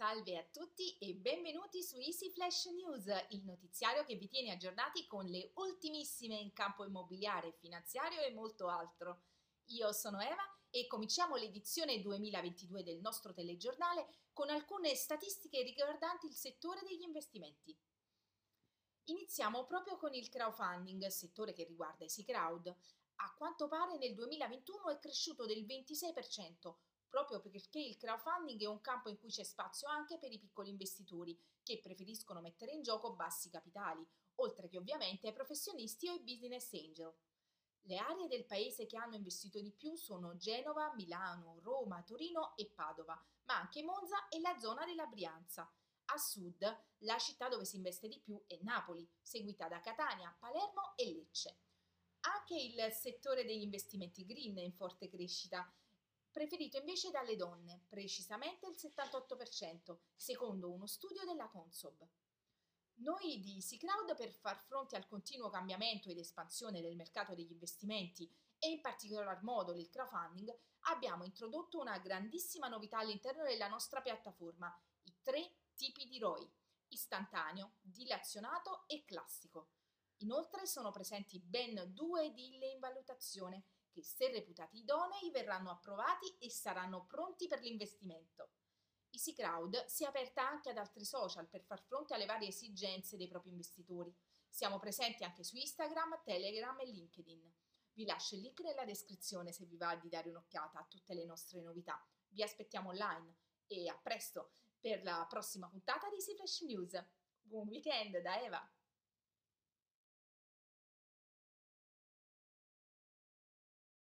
Salve a tutti e benvenuti su Easy Flash News, il notiziario che vi tiene aggiornati con le ultimissime in campo immobiliare, finanziario e molto altro. Io sono Eva e cominciamo l'edizione 2022 del nostro telegiornale con alcune statistiche riguardanti il settore degli investimenti. Iniziamo proprio con il crowdfunding, settore che riguarda EasyCrowd. A quanto pare nel 2021 è cresciuto del 26%, proprio perché il crowdfunding è un campo in cui c'è spazio anche per i piccoli investitori che preferiscono mettere in gioco bassi capitali, oltre che ovviamente ai professionisti o ai business angel. Le aree del paese che hanno investito di più sono Genova, Milano, Roma, Torino e Padova, ma anche Monza e la zona della Brianza. A sud, la città dove si investe di più è Napoli, seguita da Catania, Palermo e Lecce. Anche il settore degli investimenti green è in forte crescita, preferito invece dalle donne, precisamente il 78%, secondo uno studio della Consob. Noi di EasyCrowd, per far fronte al continuo cambiamento ed espansione del mercato degli investimenti e in particolar modo del crowdfunding, abbiamo introdotto una grandissima novità all'interno della nostra piattaforma, i tre tipi di ROI: istantaneo, dilazionato e classico. Inoltre sono presenti ben due DIL in valutazione che, se reputati idonei, verranno approvati e saranno pronti per l'investimento. EasyCrowd si è aperta anche ad altri social per far fronte alle varie esigenze dei propri investitori. Siamo presenti anche su Instagram, Telegram e LinkedIn. Vi lascio il link nella descrizione se vi va di dare un'occhiata a tutte le nostre novità. Vi aspettiamo online e a presto per la prossima puntata di Easy Flash News. Buon weekend da Eva!